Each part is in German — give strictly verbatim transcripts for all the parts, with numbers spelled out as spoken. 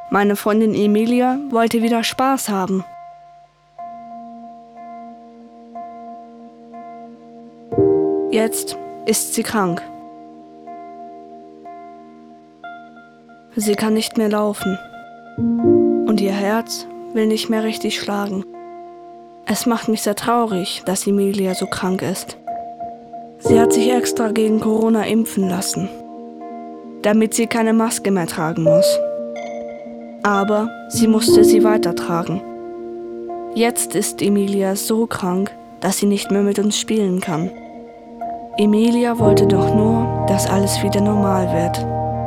Meine Freundin Emilia wollte wieder Spaß haben. Jetzt ist sie krank. Sie kann nicht mehr laufen. Und ihr Herz will nicht mehr richtig schlagen. Es macht mich sehr traurig, dass Emilia so krank ist. Sie hat sich extra gegen Corona impfen lassen, damit sie keine Maske mehr tragen muss. Aber sie musste sie weitertragen. Jetzt ist Emilia so krank, dass sie nicht mehr mit uns spielen kann. Emilia wollte doch nur, dass alles wieder normal wird.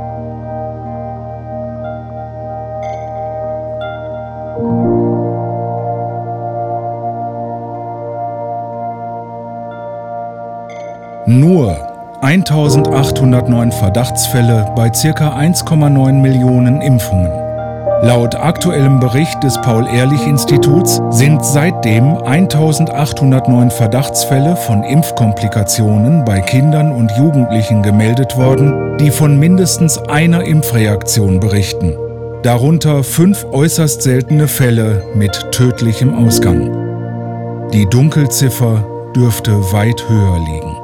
Nur eintausendachthundertneun Verdachtsfälle bei ca. eins Komma neun Millionen Impfungen. Laut aktuellem Bericht des Paul-Ehrlich-Instituts sind seitdem eintausendachthundertneun Verdachtsfälle von Impfkomplikationen bei Kindern und Jugendlichen gemeldet worden, die von mindestens einer Impfreaktion berichten. Darunter fünf äußerst seltene Fälle mit tödlichem Ausgang. Die Dunkelziffer dürfte weit höher liegen.